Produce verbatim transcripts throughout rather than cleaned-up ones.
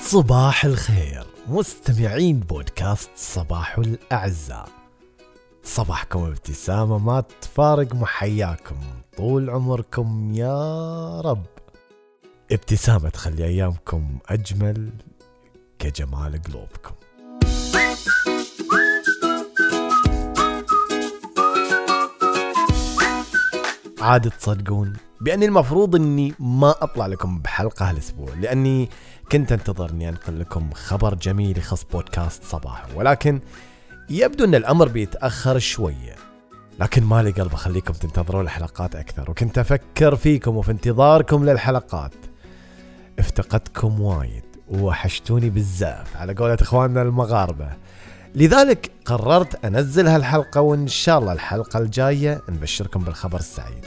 صباح الخير مستمعين بودكاست صباح الأعزاء. صباحكم ابتسامة ما تفارق محياكم طول عمركم يا رب. ابتسامة تخلي أيامكم أجمل كجمال قلوبكم. عاد تصدقون بأني المفروض أني ما أطلع لكم بحلقة هالأسبوع، لأني كنت أنتظر أني أنقل لكم خبر جميل يخص بودكاست صباح، ولكن يبدو أن الأمر بيتأخر شوية. لكن مالي قلب أخليكم تنتظروا الحلقات أكثر، وكنت أفكر فيكم وفي انتظاركم للحلقات. افتقدتكم وايد ووحشتوني بالزاف على قولة إخواننا المغاربة، لذلك قررت أنزل هالحلقة، وإن شاء الله الحلقة الجاية نبشركم بالخبر السعيد.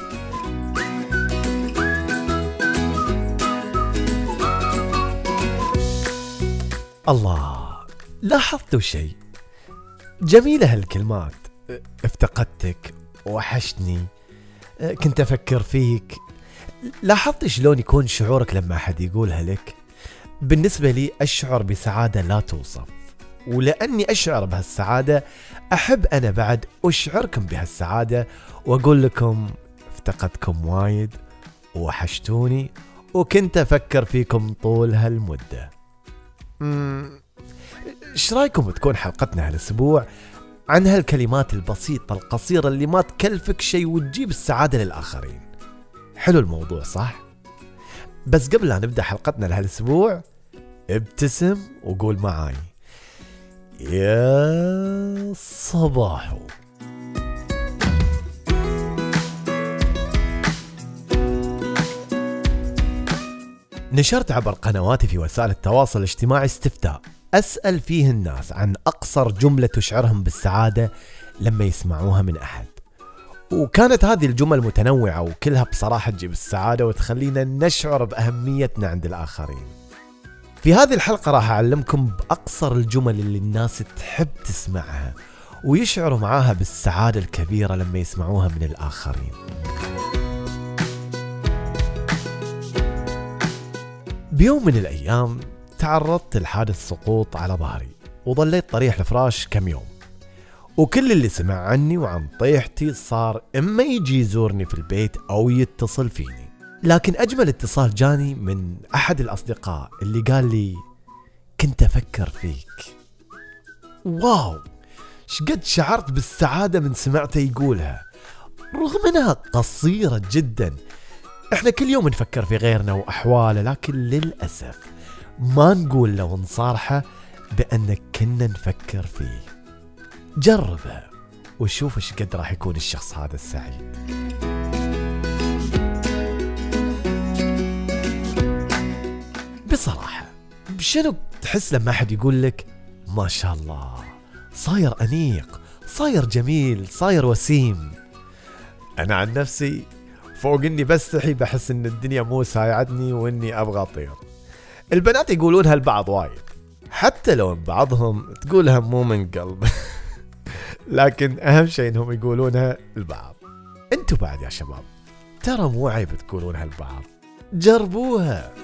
الله، لاحظتوا شيء جميلة هالكلمات؟ افتقدتك، وحشتني، كنت أفكر فيك. لاحظت شلون يكون شعورك لما أحد يقولها لك؟ بالنسبة لي أشعر بسعادة لا توصف، ولأني أشعر بهالسعادة أحب أنا بعد أشعركم بهالسعادة وأقول لكم افتقدتكم وايد ووحشتوني وكنت أفكر فيكم طول هالمدة. ايش رايكم تكون حلقتنا هالأسبوع عن هالكلمات البسيطة القصيرة اللي ما تكلفك شيء وتجيب السعادة للآخرين؟ حلو الموضوع صح؟ بس قبل لا نبدأ حلقتنا لهالأسبوع ابتسم وقول معاي يا صباحو. نشرت عبر قنواتي في وسائل التواصل الاجتماعي استفتاء أسأل فيه الناس عن أقصر جملة تشعرهم بالسعادة لما يسمعوها من أحد، وكانت هذه الجمل متنوعة وكلها بصراحة تجيب السعادة وتخلينا نشعر بأهميتنا عند الآخرين. في هذه الحلقة راح أعلمكم بأقصر الجمل اللي الناس تحب تسمعها ويشعروا معاها بالسعادة الكبيرة لما يسمعوها من الآخرين. بيوم من الأيام تعرضت لحادث سقوط على ظهري وظليت طريح الفراش كم يوم، وكل اللي سمع عني وعن طيحتي صار إما يجي يزورني في البيت أو يتصل فيني. لكن أجمل اتصال جاني من أحد الأصدقاء اللي قال لي كنت أفكر فيك. واو، شقد شعرت بالسعادة من سمعته يقولها، رغم أنها قصيرة جدا. إحنا كل يوم نفكر في غيرنا وأحواله، لكن للأسف ما نقول له ونصارحه بأنك كنا نفكر فيه. جربها وشوف ايش قد راح يكون الشخص هذا السعيد. بصراحة بشنو تحس لما أحد يقول لك ما شاء الله صاير أنيق، صاير جميل، صاير وسيم؟ أنا عن نفسي فوق إني بستحي بحس إن الدنيا مو ساعدني وإني أبغى أطير. البنات يقولونها البعض وايد، حتى لو بعضهم تقولها مو من قلب لكن أهم شيء إنهم يقولونها البعض. أنتوا بعد يا شباب ترى مو عيب تقولونها البعض، جربوها.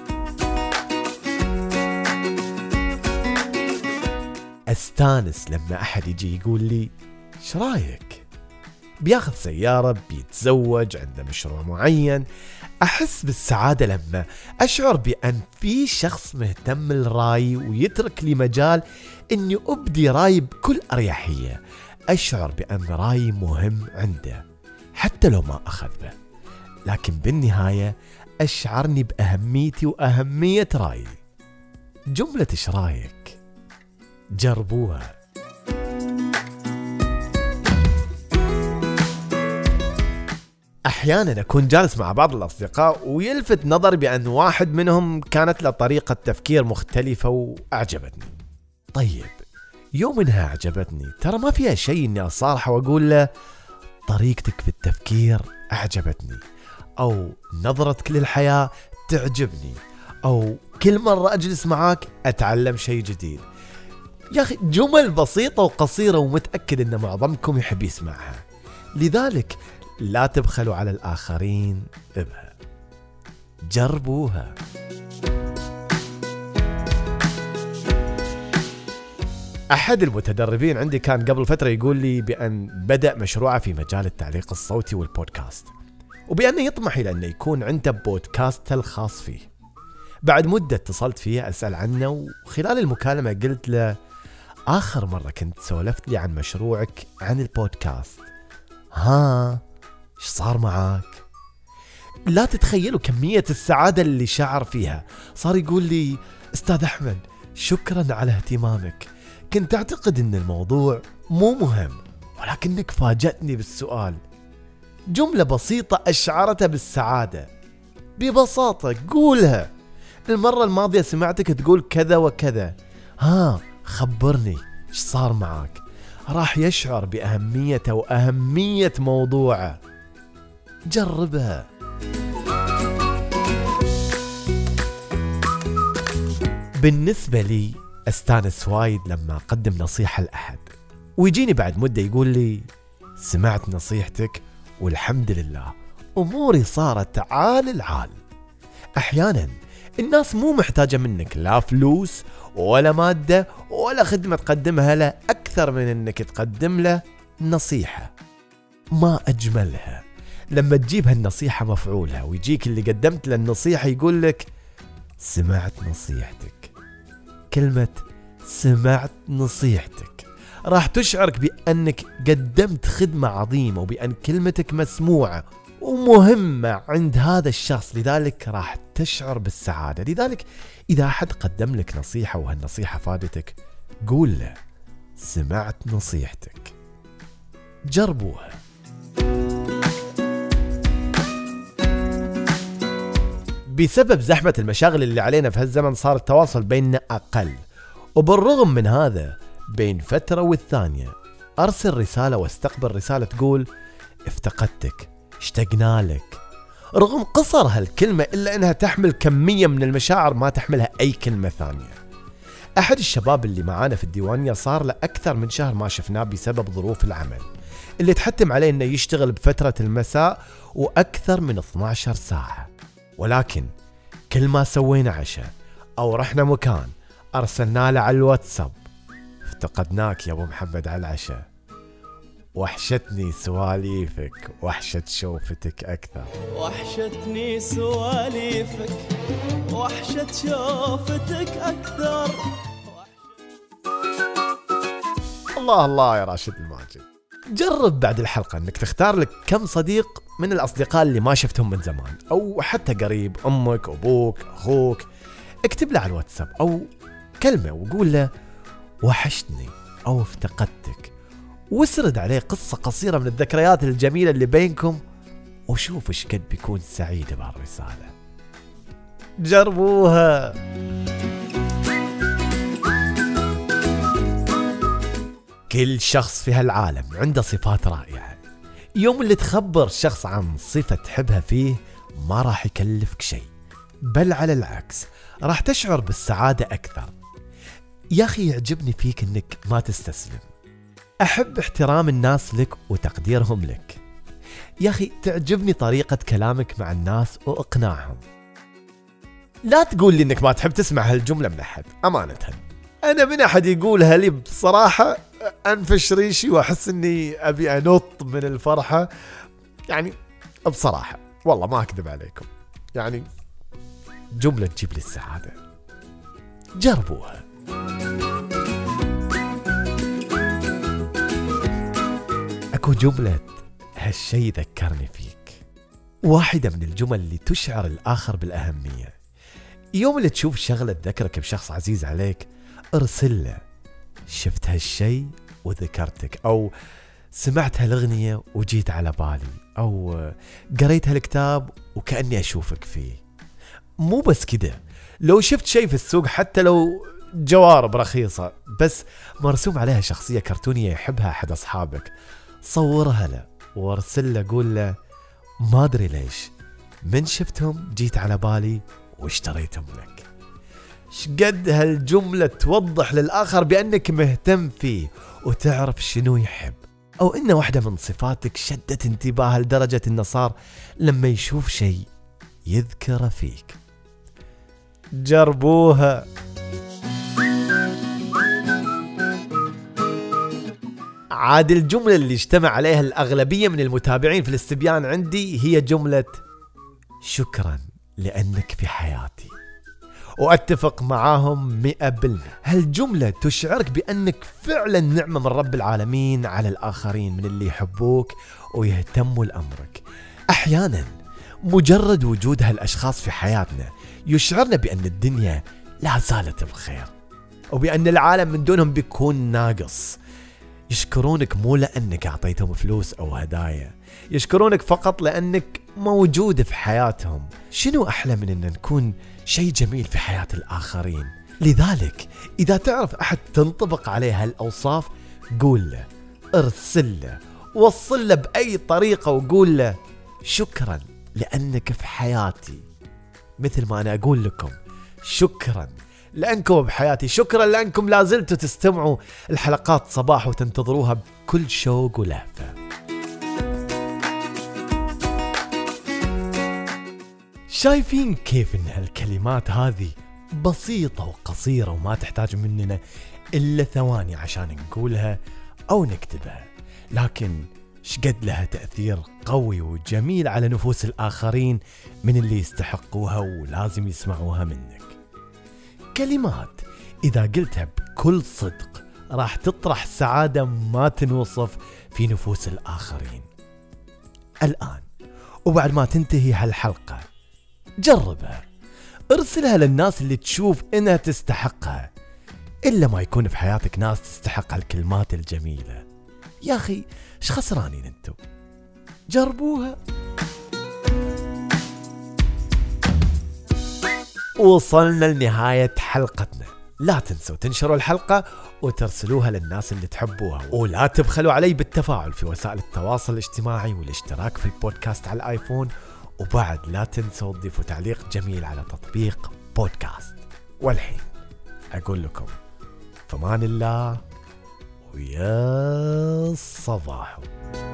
أستانس لما أحد يجي يقول لي إيش رايك؟ بياخذ سيارة، بيتزوج، عنده مشروع معين. أحس بالسعادة لما أشعر بأن في شخص مهتم لرأيي ويترك لي مجال إني أبدي رأيي بكل أريحية. أشعر بأن رأيي مهم عنده حتى لو ما أخذ به، لكن بالنهاية أشعرني بأهميتي وأهمية رأيي. جملة إيش رايك؟ جربوها. أحيانا أكون جالس مع بعض الأصدقاء ويلفت نظري بأن واحد منهم كانت له طريقة تفكير مختلفة وأعجبتني. طيب يوم إنها أعجبتني ترى ما فيها شيء إني أصارحه وأقول له طريقتك في التفكير أعجبتني، أو نظرتك للحياة تعجبني، أو كل مرة أجلس معاك أتعلم شيء جديد. يا أخي جمل بسيطة وقصيرة ومتأكد إن معظمكم يحب يسمعها، لذلك لا تبخلوا على الآخرين بها. جربوها. أحد المتدربين عندي كان قبل فترة يقول لي بأن بدأ مشروعه في مجال التعليق الصوتي والبودكاست، وبأنه يطمح إلى أنه يكون عنده بودكاست الخاص فيه. بعد مدة اتصلت فيه أسأل عنه، وخلال المكالمة قلت له آخر مرة كنت سولفت لي عن مشروعك عن البودكاست، ها إيش صار معاك؟ لا تتخيلوا كمية السعادة اللي شعر فيها. صار يقول لي أستاذ أحمد شكرا على اهتمامك، كنت أعتقد أن الموضوع مو مهم ولكنك فاجأتني بالسؤال. جملة بسيطة أشعرته بالسعادة. ببساطة قولها، المرة الماضية سمعتك تقول كذا وكذا، ها خبرني إيش صار معك. راح يشعر بأهميته وأهمية موضوعه. جربها. بالنسبة لي استانس وايد لما أقدم نصيحة لأحد ويجيني بعد مدة يقول لي سمعت نصيحتك والحمد لله أموري صارت عال العال. أحيانا الناس مو محتاجة منك لا فلوس ولا مادة ولا خدمة تقدمها له أكثر من أنك تقدم له نصيحة. ما أجملها لما تجيب هالنصيحة مفعولها ويجيك اللي قدمت له النصيحة يقول لك سمعت نصيحتك. كلمة سمعت نصيحتك راح تشعرك بأنك قدمت خدمة عظيمة وبأن كلمتك مسموعة ومهمة عند هذا الشخص، لذلك راح تشعر بالسعادة. لذلك إذا أحد قدم لك نصيحة وهالنصيحة فادتك قول له سمعت نصيحتك. جربوها. بسبب زحمة المشاغل اللي علينا في هالزمن صار التواصل بيننا أقل، وبالرغم من هذا بين فترة والثانية أرسل رسالة واستقبل رسالة تقول افتقدتك، اشتقنا لك. رغم قصر هالكلمة إلا أنها تحمل كمية من المشاعر ما تحملها أي كلمة ثانية. أحد الشباب اللي معانا في الديوانية صار له أكثر من شهر ما شفناه بسبب ظروف العمل اللي تحتم عليه أنه يشتغل بفترة المساء وأكثر من اثنتي عشرة ساعة، ولكن كل ما سوينا عشاء أو رحنا مكان أرسلنا له على الواتساب افتقدناك يا أبو محمد على العشاء، وحشتني سواليفك، وحشت شوفتك أكثر، وحشتني سواليفك، وحشت شوفتك أكثر. الله الله يا راشد الماجد. جرب بعد الحلقة أنك تختار لك كم صديق من الأصدقاء اللي ما شفتهم من زمان أو حتى قريب، أمك أبوك أخوك، اكتب له على الواتساب أو كلمة وقول له وحشتني أو افتقدتك، واسرد عليه قصة قصيرة من الذكريات الجميلة اللي بينكم، وشوف ايش قد بيكون سعيد بهالرسالة. جربوها. كل شخص في هالعالم عنده صفات رائعة. يوم اللي تخبر شخص عن صفة تحبها فيه ما راح يكلفك شيء، بل على العكس راح تشعر بالسعادة أكثر. يا أخي يعجبني فيك أنك ما تستسلم. أحب احترام الناس لك وتقديرهم لك. يا أخي تعجبني طريقة كلامك مع الناس وإقناعهم. لا تقول لي أنك ما تحب تسمع هالجملة من أحد. أمانة أنا من أحد يقولها لي بصراحة أنفش ريشي وأحس أني أبي أنط من الفرحة. يعني بصراحة والله ما أكذب عليكم، يعني جملة تجيب لي السعادة. جربوها. أكو جملة هالشي ذكرني فيك، واحدة من الجمل اللي تشعر الآخر بالأهمية. يوم اللي تشوف شغلة تذكرك بشخص عزيز عليك ارسل له شفت هالشي وذكرتك، أو سمعت هالأغنية وجيت على بالي، أو قريت هالكتاب وكأني أشوفك فيه. مو بس كده، لو شفت شيء في السوق حتى لو جوارب رخيصة بس مرسوم عليها شخصية كرتونية يحبها أحد أصحابك، صورها له وارسل له قول له ما أدري ليش من شفتهم جيت على بالي واشتريتهم لك. شقد هالجملة توضح للآخر بأنك مهتم فيه وتعرف شنو يحب، أو إنه واحدة من صفاتك شدت انتباهه لدرجة إنه صار لما يشوف شيء يذكره فيك. جربوها. عاد الجملة اللي اجتمع عليها الأغلبية من المتابعين في الاستبيان عندي هي جملة شكرا لأنك في حياتي، وأتفق معاهم مئة بالمئة. هالجملة تشعرك بأنك فعلا نعمة من رب العالمين على الآخرين من اللي يحبوك ويهتموا لأمرك. أحيانا مجرد وجود هالأشخاص في حياتنا يشعرنا بأن الدنيا لا زالت بخير، وبأن العالم من دونهم بيكون ناقص. يشكرونك مو لأنك أعطيتهم فلوس أو هدايا، يشكرونك فقط لأنك موجود في حياتهم. شنو أحلى من أن نكون شيء جميل في حياة الآخرين؟ لذلك إذا تعرف أحد تنطبق عليه هالأوصاف قول له، ارسل له، وصل له بأي طريقة وقول له شكرا لأنك في حياتي، مثل ما أنا أقول لكم شكرا لأنكم بحياتي. شكرا لأنكم لازلتوا تستمعوا الحلقات صباح وتنتظروها بكل شوق ولهفة. شايفين كيف إن هالكلمات هذه بسيطة وقصيرة وما تحتاج مننا إلا ثواني عشان نقولها أو نكتبها، لكن شقد لها تأثير قوي وجميل على نفوس الآخرين من اللي يستحقوها ولازم يسمعوها منك. كلمات إذا قلتها بكل صدق راح تطرح سعادة ما تنوصف في نفوس الآخرين. الآن وبعد ما تنتهي هالحلقة جربها، ارسلها للناس اللي تشوف إنها تستحقها، إلا ما يكون في حياتك ناس تستحق هالكلمات الجميلة. يا أخي إيش خسرانين أنتم؟ جربوها. وصلنا لنهاية حلقتنا. لا تنسوا تنشروا الحلقة وترسلوها للناس اللي تحبوها، ولا تبخلوا علي بالتفاعل في وسائل التواصل الاجتماعي والاشتراك في البودكاست على الآيفون، وبعد لا تنسوا تضيفوا تعليق جميل على تطبيق بودكاست. والحين أقول لكم فمان الله ويا الصباح.